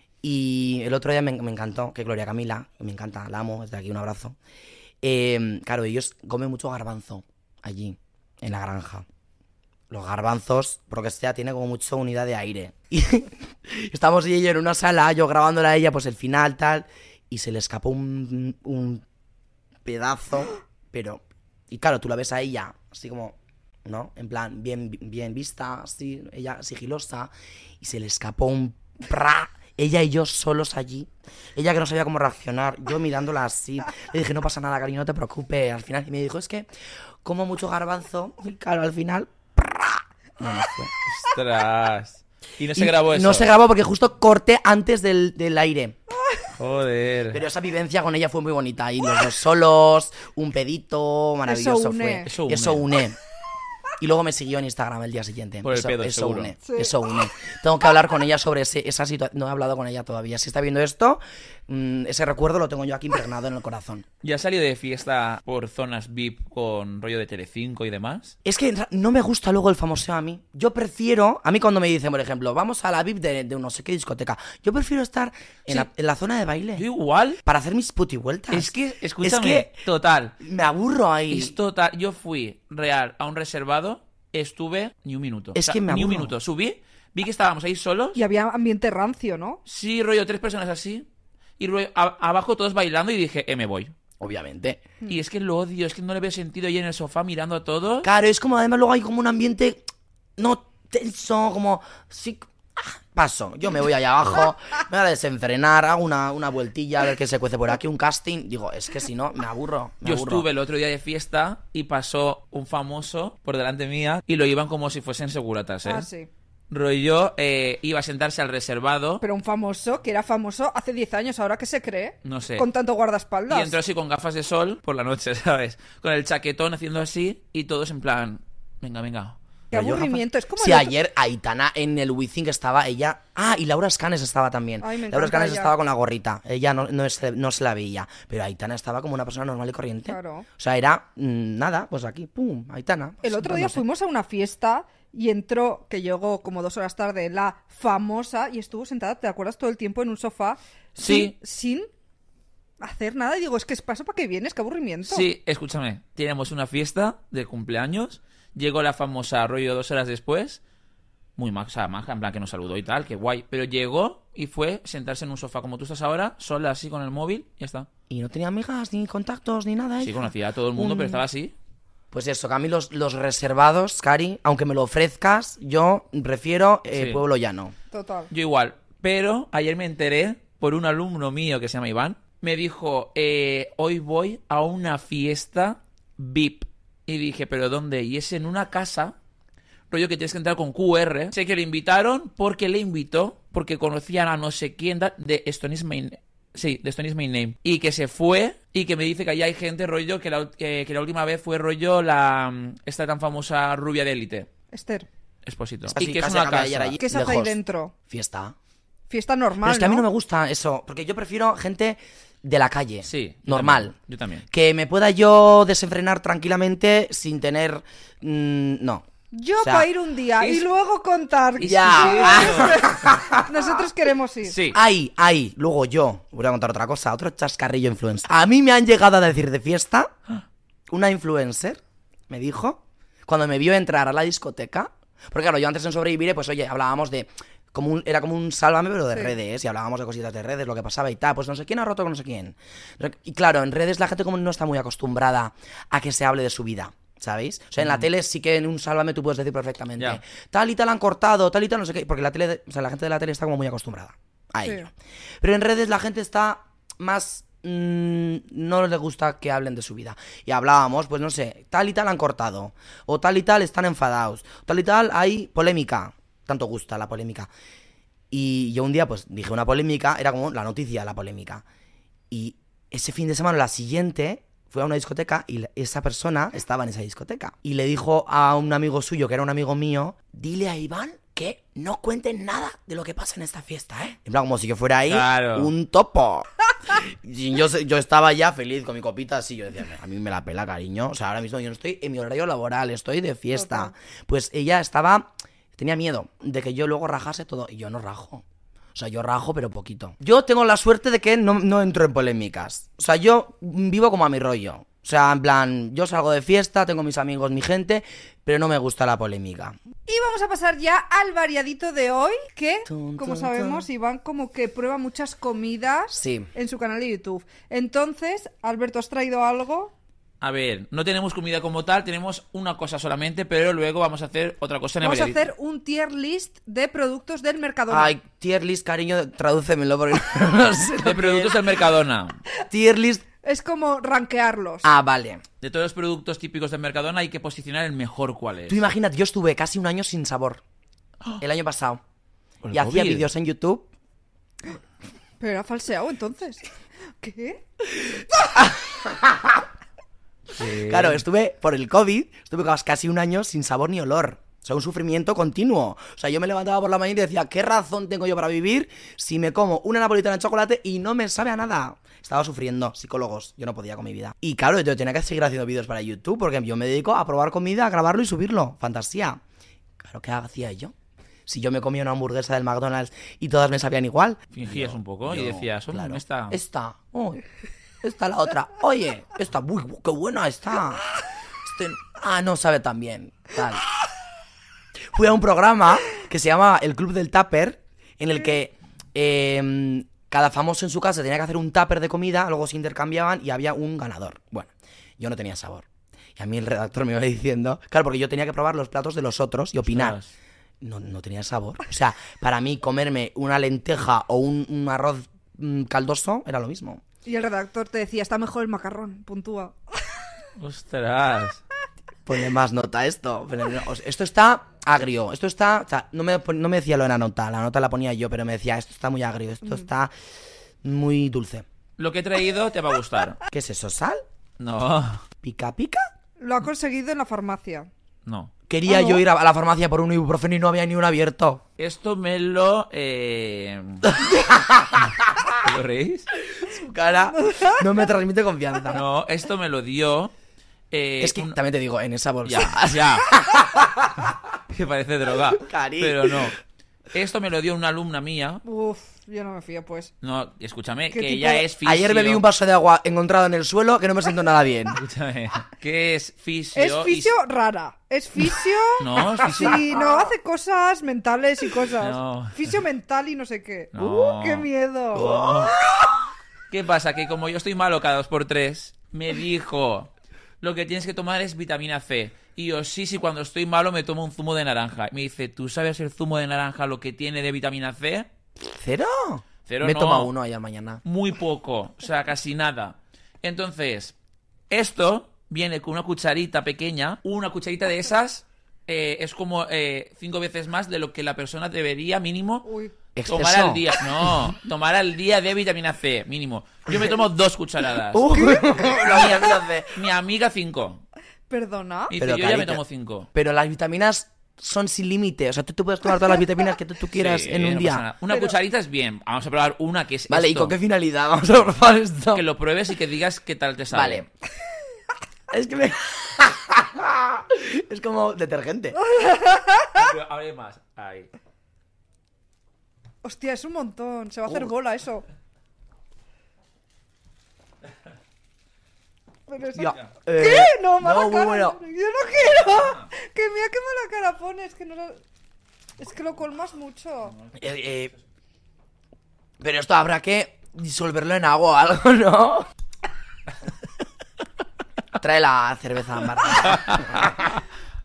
Y el otro día me encantó, que Gloria Camila, que me encanta, la amo, desde aquí un abrazo. Claro, ellos comen mucho garbanzo allí, en la granja. Los garbanzos, por lo que sea, tiene como mucha unidad de aire. Y estamos ella y yo en una sala, yo grabándola a ella, pues el final, tal, y se le escapó un pedazo, pero... Y claro, tú la ves a ella, así como, ¿no? En plan, bien vista, así, ella sigilosa, y se le escapó un... ¡Pra! Ella y yo solos allí. Ella que no sabía cómo reaccionar, yo mirándola así. Le dije, no pasa nada, cariño, no te preocupes. Al final, y me dijo, es que como mucho garbanzo. Y claro, al final... No fue. Ostras. Y no se Y grabó eso. No se grabó porque justo corté antes del aire. Joder. Pero esa vivencia con ella fue muy bonita. Y los dos solos, un pedito, maravilloso Eso une. fue. Eso une. Y luego me siguió en Instagram el día siguiente. Por el eso, pedo, eso seguro. une. Sí. Eso une. Tengo que hablar con ella sobre esa situación. No he hablado con ella todavía. Si está viendo esto, ese recuerdo lo tengo yo aquí impregnado en el corazón. ¿Ya has salido de fiesta por zonas VIP con rollo de Telecinco y demás? Es que no me gusta luego el famoseo a mí. Yo prefiero... A mí cuando me dicen, por ejemplo, vamos a la VIP de no sé qué discoteca, yo prefiero estar en, Sí. la zona de baile. Yo igual. Para hacer mis putivueltas. Es que, escúchame, Es que total. me aburro ahí. Es total. Yo fui real a un reservado, estuve ni un minuto. Es que me ni un aburro. minuto. Subí, vi que estábamos ahí solos. Y había ambiente rancio, ¿no? Sí, rollo, 3 personas así. Y rollo, abajo todos bailando y dije, me voy. Obviamente. Y es que lo odio, es que no le veo sentido ahí en el sofá mirando a todos. Claro, es como además luego hay como un ambiente no tenso, como... Sí, paso, yo me voy allá abajo, me voy a desenfrenar, hago una vueltilla a ver qué se cuece por aquí, un casting. Digo, es que si no, me aburro. Yo estuve el otro día de fiesta y pasó un famoso por delante mía y lo iban como si fuesen seguratas, ¿eh? Ah, sí. Rollo, iba a sentarse al reservado. Pero un famoso, que era famoso hace 10 años, ¿ahora qué se cree? No sé. Con tanto guardaespaldas. Y entró así con gafas de sol por la noche, ¿sabes? Con el chaquetón haciendo así y todos en plan, venga. Qué aburrimiento. Es como Si el otro- ayer Aitana en el Wizzing estaba ella... Ah, y Laura Escanes estaba también. Ay, me Laura encanta Escanes ella. estaba con la gorrita. Ella no se la veía. Pero Aitana estaba como una persona normal y corriente. Claro. O sea, era nada, pues aquí, pum, Aitana. El otro día fuimos a una fiesta y entró, que llegó como 2 horas tarde, la famosa y estuvo sentada, ¿te acuerdas? Todo el tiempo en un sofá Sí. sin hacer nada. Y digo, es que es paso para que vienes, qué aburrimiento. Sí, escúchame, tenemos una fiesta de cumpleaños, llegó la famosa rollo 2 horas después, muy maja, en plan que nos saludó y tal, que guay, pero llegó y fue sentarse en un sofá como tú estás ahora, sola así con el móvil, y ya está. Y no tenía amigas, ni contactos, ni nada. Sí, ella. conocía a todo el mundo, pero estaba así. Pues eso, que a mí los reservados, Cari, aunque me lo ofrezcas, yo prefiero Sí. pueblo llano. Total. Yo igual, pero ayer me enteré por un alumno mío que se llama Iván, me dijo, hoy voy a una fiesta VIP. Y dije, ¿pero dónde? Y es en una casa, rollo que tienes que entrar con QR. Sé que le invitaron porque le invitó, porque conocían a no sé quién de Stone is My Name. Sí, de Stone is My Name. Y que se fue y que me dice que allá hay gente, rollo, que la última vez fue rollo esta tan famosa rubia de élite. Esther, Expósito. Casi- Y que es casi una acabé ayer casa. allí. ¿qué se hace ahí Lejos. dentro? Fiesta. Fiesta normal, Pero es que a mí ¿no? no me gusta eso, porque yo prefiero gente de la calle. Sí. yo Normal. también, Yo también. Que me pueda yo desenfrenar tranquilamente sin tener... no. Yo O sea, para ir un día y luego contar. Ya. Nosotros queremos ir. Sí. Ay, luego yo voy a contar otra cosa, otro chascarrillo influencer. A mí me han llegado a decir de fiesta, una influencer me dijo, cuando me vio entrar a la discoteca, porque claro, yo antes en Sobreviviré, pues oye, hablábamos de, era como un sálvame, pero de redes, y hablábamos de cositas de redes, lo que pasaba y tal, pues no sé quién ha roto con no sé quién. Y claro, en redes la gente como no está muy acostumbrada a que se hable de su vida. ¿Sabéis? O sea, en la tele sí que en un sálvame tú puedes decir perfectamente tal y tal han cortado, tal y tal no sé qué, porque la tele, o sea, la gente de la tele está como muy acostumbrada a ello. Pero en redes la gente está más no les gusta que hablen de su vida. Y hablábamos, pues no sé, tal y tal han cortado, o tal y tal están enfadados, tal y tal hay polémica. Tanto gusta la polémica. Y yo un día pues dije una polémica, era como la noticia, la polémica. Y ese fin de semana, la siguiente, fue a una discoteca y esa persona estaba en esa discoteca. Y le dijo a un amigo suyo, que era un amigo mío, dile a Iván que no cuenten nada de lo que pasa en esta fiesta, ¿eh? En plan, como si yo fuera ahí un topo. Y yo estaba ya feliz con mi copita así. Yo decía, a mí me la pela, cariño. O sea, ahora mismo yo no estoy en mi horario laboral, estoy de fiesta. Pues ella tenía miedo de que yo luego rajase todo. Y yo no rajo. O sea, yo rajo, pero poquito. Yo tengo la suerte de que no entro en polémicas. O sea, yo vivo como a mi rollo. O sea, en plan, yo salgo de fiesta, tengo mis amigos, mi gente, pero no me gusta la polémica. Y vamos a pasar ya al variadito de hoy, que, como sabemos, Iván como que prueba muchas comidas en su canal de YouTube. Entonces, Alberto, ¿has traído algo? A ver, no tenemos comida como tal, tenemos una cosa solamente, pero luego vamos a hacer otra cosa en el Vamos a variadito. hacer un tier list de productos del Mercadona. Ay, tier list, cariño, tradúcemelo porque no sé. De productos del Mercadona. Tier list. Es como rankearlos. Ah, vale. De todos los productos típicos del Mercadona hay que posicionar el mejor cuál es. Tú imagínate, yo estuve casi un año sin sabor. El año pasado. Y hacía vídeos en YouTube. Pero era falseado entonces. ¿Qué? Claro, estuve por el COVID, estuve casi un año sin sabor ni olor. O sea, un sufrimiento continuo. O sea, yo me levantaba por la mañana y decía, ¿qué razón tengo yo para vivir si me como una napolitana de chocolate y no me sabe a nada? Estaba sufriendo, psicólogos, yo no podía con mi vida. Y claro, yo tenía que seguir haciendo vídeos para YouTube porque yo me dedico a probar comida, a grabarlo y subirlo. Fantasía. Claro, ¿qué hacía yo? Si yo me comía una hamburguesa del McDonald's y todas me sabían igual. Fingías un poco y decías, claro, esta... Esta la otra. Oye, esta, uy, qué buena está. No sabe tan bien. Tal. Fui a un programa que se llama El Club del Tupper, en el que cada famoso en su casa tenía que hacer un tupper de comida, luego se intercambiaban y había un ganador. Bueno, yo no tenía sabor. Y a mí el redactor me iba diciendo, claro, porque yo tenía que probar los platos de los otros y opinar. No tenía sabor. O sea, para mí comerme una lenteja o un arroz caldoso era lo mismo. Y el redactor te decía, está mejor el macarrón, puntúa. ¡Ostras! Ponle más nota a esto. Esto está agrio. Esto está... O sea, no me decía lo de la nota la ponía yo, pero me decía, esto está muy agrio, esto está muy dulce. Lo que he traído te va a gustar. ¿Qué es eso, sal? No. ¿Pica pica? Lo ha conseguido en la farmacia. No. Quería yo ir a la farmacia por un ibuprofeno y no había ni uno abierto. Esto me lo... ¿Lo reís? Su cara no me transmite confianza. No, esto me lo dio... es que también te digo, en esa bolsa. Ya. Que parece droga. Cari. Pero no. Esto me lo dio una alumna mía. Uf, yo no me fío, pues. No, escúchame, ¿Qué que tipo? ella es fisio. Ayer bebí un vaso de agua encontrado en el suelo que no me siento nada bien. Escúchame, que es fisio. Es fisio rara. Es fisio... No, es fisio. Sí, no, hace cosas mentales y cosas. No. Fisio mental y no sé qué. No. ¡Qué miedo! Oh. ¿Qué pasa? Que como yo estoy malo cada 2x3, me dijo... Lo que tienes que tomar es vitamina C. Y yo, sí, cuando estoy malo me tomo un zumo de naranja. Me dice, ¿tú sabes el zumo de naranja lo que tiene de vitamina C? ¿Cero? Cero me no. he tomado uno ayer mañana. Muy poco, o sea, casi nada. Entonces, esto viene con una cucharita pequeña. Una cucharita de esas es como 5 veces más de lo que la persona debería mínimo... Uy. ¿Exceso? Tomar al día. No, tomar al día de vitamina C, mínimo. Yo me tomo 2 cucharadas. Mi amiga 5. ¿Perdona? Y dice, Pero, yo ya me carita, tomo 5. Pero las vitaminas son sin límite. O sea, tú puedes tomar todas las vitaminas que tú quieras Sí, en un no día. pasa nada. Una cucharita es bien. Vamos a probar una que es Vale, esto. ¿y con qué finalidad? Vamos a probar esto. Que lo pruebes y que digas qué tal te sabe. Vale. Es que me... Es como detergente. Pero abre más. Ahí. Hostia, es un montón. Se va a hacer bola eso. Pero eso... Ya. ¿Qué? No, mala muy cara. bueno. Yo no quiero. Que mira qué mala cara pones. Que no lo... Es que lo colmas mucho. Pero esto habrá que disolverlo en agua o algo, ¿no? Trae la cerveza, Marta.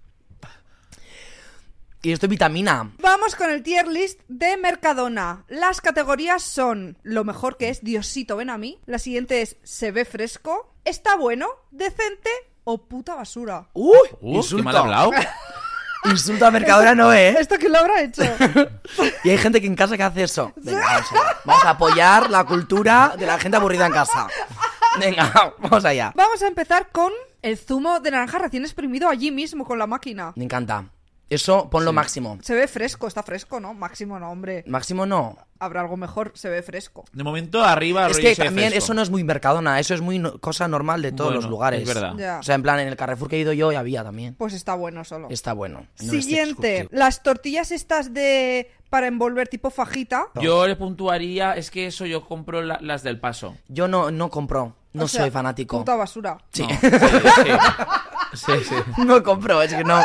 Y esto es vitamina. Vamos con el tier list de Mercadona. Las categorías son lo mejor, que es Diosito ven a mí. La siguiente es se ve fresco, está bueno, decente o puta basura. ¡Uy! ¿Qué mal hablado? Insulto a Mercadona no, ¿eh? ¿Esto quién lo habrá hecho? Y hay gente que en casa que hace eso. Venga, vamos a apoyar la cultura de la gente aburrida en casa. Venga, vamos allá. Vamos a empezar con el zumo de naranja recién exprimido allí mismo con la máquina. Me encanta. Eso, ponlo máximo. Se ve fresco, está fresco, ¿no? Máximo no, hombre. Máximo no. Habrá algo mejor, se ve fresco. De momento, arriba, Es rollo que se ve también fresco. eso no es muy Mercadona, eso es muy cosa normal de todos Bueno, los lugares. es verdad. Ya. O sea, en plan, en el Carrefour que he ido yo había también. Pues está bueno solo. Está bueno. No es Siguiente, exclusivo. las tortillas estas de... para envolver tipo fajita. Yo le puntuaría, es que eso yo compro las del Paso. Yo no compro, no O sea, soy fanático. Puta basura. Sí. No, sí. Sí. No compro, es que no.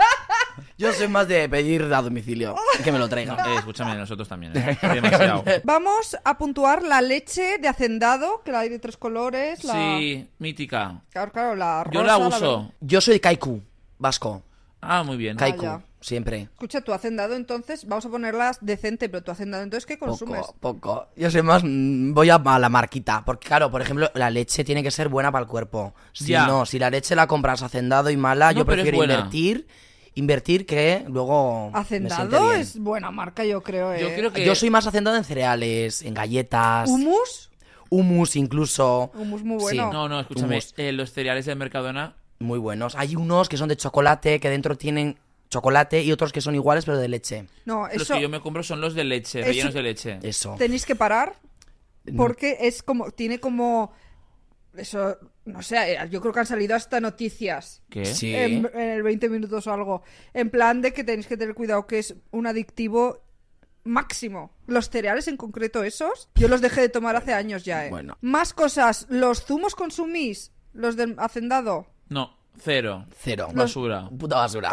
Yo soy más de pedir a domicilio, que me lo traigan. Escúchame, nosotros también. Demasiado. Vamos a puntuar la leche de hacendado, que la hay de 3 colores. La... Sí, mítica. Claro, la rosa. Yo la verde. uso. Yo soy Kaiku, vasco. Ah, muy bien. Kaiku, ya. siempre. Escucha, tu hacendado entonces, vamos a ponerlas decente, pero tu hacendado entonces, ¿qué consumes? Poco. Yo soy más, voy a la marquita. Porque claro, por ejemplo, la leche tiene que ser buena para el cuerpo. Si Ya. no, si la leche la compras hacendado y mala, No, yo pero es prefiero buena. invertir que luego me siente Hacendado bien. es buena marca, yo creo, Yo creo que... Yo soy más hacendado en cereales, en galletas, ¿Hummus? hummus incluso. Hummus muy bueno. No, escúchame. Hummus. Los cereales del Mercadona... Muy buenos. Hay unos que son de chocolate, que dentro tienen chocolate, y otros que son iguales pero de leche. No, Los eso que yo me compro son los de leche, Eso- rellenos de leche. Eso. tenéis que parar porque es como, tiene como... Eso, no sé, yo creo que han salido hasta noticias. ¿Qué? Sí. En el 20 minutos o algo. En plan de que tenéis que tener cuidado que es un adictivo máximo. Los cereales en concreto esos, yo los dejé de tomar hace años ya, Bueno. Más cosas, ¿los zumos consumís? ¿Los del hacendado? No, cero. Cero. Basura. Puta basura.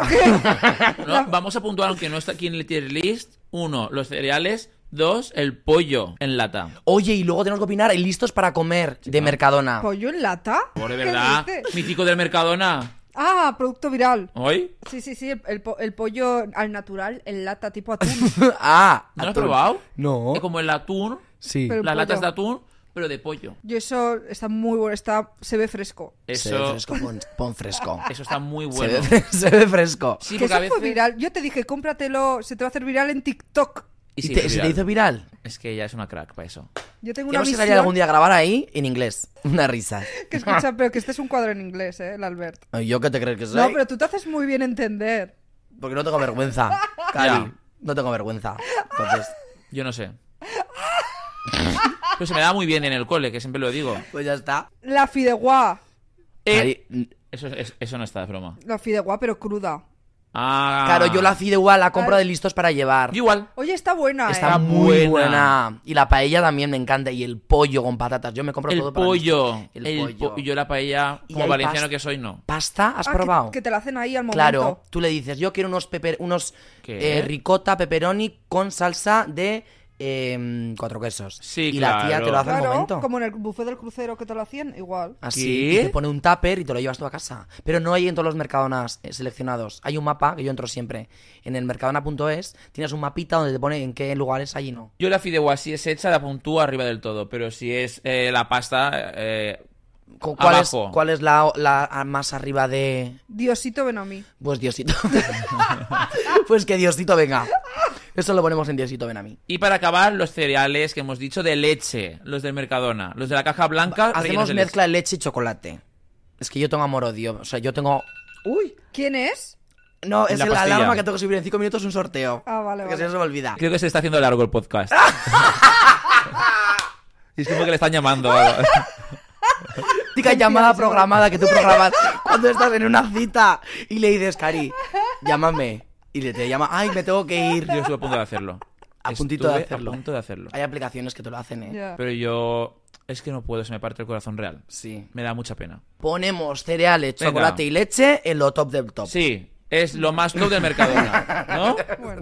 No, vamos a puntuar, aunque no está aquí en el tier list. 1, los cereales. 2, el pollo en lata. Oye, y luego tenemos que opinar en listos para comer de Mercadona. ¿Pollo en lata? Por de ¿Qué verdad, dices? mítico del Mercadona. Ah, producto viral. ¿Hoy? Sí, el pollo al natural en lata tipo atún. Ah, ¿No lo has atún. probado? No. Es como el atún, Sí. Pero- las pollo. latas de atún, pero de pollo. Yo eso está muy bueno, se ve fresco. Se ve Eso, fresco, pon fresco. eso está muy Se bueno. ve, se ve fresco. Sí, Que porque a eso fue veces... viral. Yo te dije, cómpratelo, se te va a hacer viral en TikTok. Y ¿Y sí, te- fue se te viral. hizo viral? Es que ella es una crack para eso. Yo tengo una Tenemos que visión salir algún día a grabar ahí en inglés. Una risa. que escucha, pero que este es un cuadro en inglés, el Albert. Ay, ¿yo qué te crees que soy? No, pero tú te haces muy bien entender. Porque no tengo vergüenza. Cari, Ya. no tengo vergüenza. Entonces, Yo no sé. Pero se me da muy bien en el cole, que siempre lo digo. pues ya está. La fideuá. Cari, Eso no está de broma. La fideuá, pero cruda. Ah. claro, yo la fideuá la compro de listos para llevar. Yo igual. Oye, está buena, Está Está muy buena. buena. Y la paella también me encanta. Y el pollo con patatas. Yo me compro El todo para pollo. listos. El pollo. Yo la paella, Y como hay valenciano pasta. que soy, no. ¿Pasta? ¿Has Ah, probado? que te la hacen ahí al momento. Claro, tú le dices, yo quiero unos ¿Qué? ricota, pepperoni con salsa de 4 quesos. Sí, y la tía claro. te lo hace al Claro, momento. como en el buffet del crucero que te lo hacían, igual. Así, ¿Qué? y te pone un tupper y te lo llevas tú a casa. Pero no hay en todos los Mercadonas seleccionados. Hay un mapa que yo entro siempre. En el mercadona.es tienes un mapita donde te pone en qué lugares hay y no. Yo la fideuá, si es hecha, la puntúo arriba del todo. Pero si es la pasta, abajo. ¿Cuál es la más arriba de...? Diosito, ven a mí. Pues Diosito. Pues que Diosito venga. Eso lo ponemos en Diosito ven a mí. Y para acabar, los cereales que hemos dicho de leche. Los del Mercadona. Los de la caja blanca. rellenos Hacemos de mezcla de leche y chocolate. Es que yo tengo amor-odio. O sea, yo tengo... ¡Uy! ¿Quién es? No, es La la pastilla. alarma que tengo que subir en 5 minutos un sorteo. Ah, vale, Porque vale. si no se me olvida. Creo que se está haciendo largo el podcast. Y es como que le están llamando. Típica llamada programada que tú programas Cuando estás en una cita y le dices, Cari, llámame. Y le te llama, ay, me tengo que ir. Yo estuve a punto de hacerlo. A puntito de Estuve hacerlo. A punto de hacerlo. Hay aplicaciones que te lo hacen, ¿eh? Ya. Pero yo... Es que no puedo, se me parte el corazón real. Sí. Me da mucha pena. Ponemos cereales, Venga. chocolate y leche en lo top del top. Sí, es lo más top del Mercadona, ¿no? Bueno.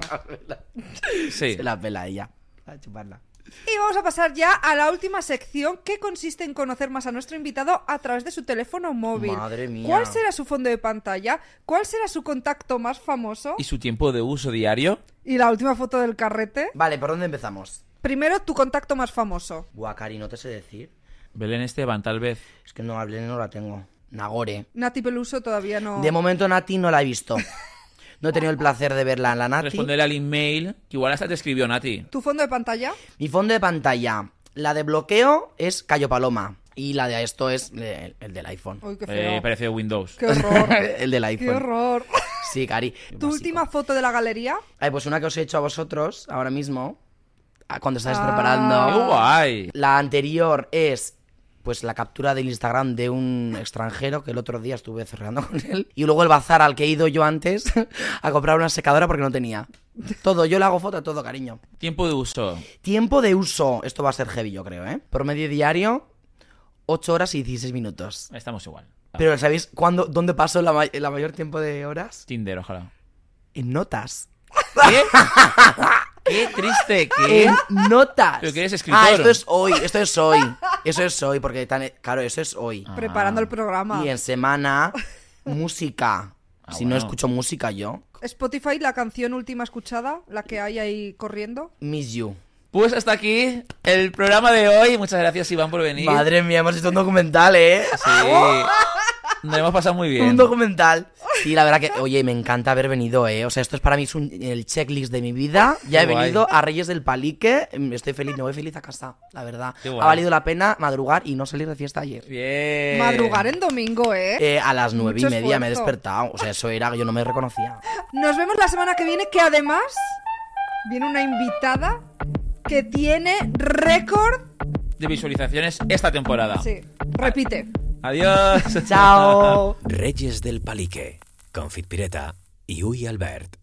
Sí. Se la pela ella. A chuparla. Y vamos a pasar ya a la última sección, que consiste en conocer más a nuestro invitado a través de su teléfono móvil. Madre mía. ¿Cuál será su fondo de pantalla? ¿Cuál será su contacto más famoso? ¿Y su tiempo de uso diario? Y la última foto del carrete. Vale, ¿por dónde empezamos? Primero, tu contacto más famoso. Buah, Cari, no te sé decir. Belén Esteban, tal vez. Es que no hablé, no la tengo. Nagore. Nati Peluso todavía no... De momento Nati no la he visto. No he tenido el placer de verla en la Nati. Responderle al email, que igual hasta te escribió Nati. ¿Tu fondo de pantalla? Mi fondo de pantalla, la de bloqueo es Cayo Paloma. Y la de esto es el del iPhone. Uy, qué feo. Parece Windows. ¡Qué horror! El del iPhone. ¡Qué horror! Sí, Cari. ¿Tu última foto de la galería? Ay, pues una que os he hecho a vosotros ahora mismo, cuando estáis Ah. ¡Qué preparando. guay! La anterior es pues la captura del Instagram de un extranjero que el otro día estuve cerrando con él. Y luego el bazar al que he ido yo antes a comprar una secadora porque no tenía. Todo, yo le hago foto a todo, cariño. Tiempo de uso. Tiempo de uso. Esto va a ser heavy, yo creo, ¿eh? Promedio diario, 8 horas y 16 minutos. Estamos igual. Pero ¿sabéis dónde paso la mayor tiempo de horas? Tinder, ojalá. En notas. ¿Qué? ¡Qué triste! ¿Qué? En notas. ¿Pero que eres escritor? Ah, esto es hoy. Eso es hoy, porque claro, eso es hoy. Preparando el programa. Y en semana, música. Si no bueno. escucho música yo, Spotify, la canción última escuchada, la que hay ahí corriendo. Miss You. Pues hasta aquí el programa de hoy. Muchas gracias, Iván, por venir. Madre mía, hemos hecho un documental, ¿eh? Sí. Nos hemos pasado muy bien. Un documental. Sí, la verdad que, oye, me encanta haber venido, ¿eh? O sea, esto es para mí el checklist de mi vida. Ya he Qué guay. venido a Reyes del Palique. Estoy feliz, me voy feliz a casa, la verdad. Qué Ha guay. valido la pena madrugar y no salir de fiesta ayer. Bien. Madrugar en domingo, ¿eh? A las 9:30 Mucho me he esfuerzo. despertado. O sea, eso era, yo no me reconocía. Nos vemos la semana que viene, que además viene una invitada que tiene récord. De visualizaciones esta temporada. Sí, repite. Adiós. Chao. Reyes del Palique, con Fit Pireta y Uy Albert.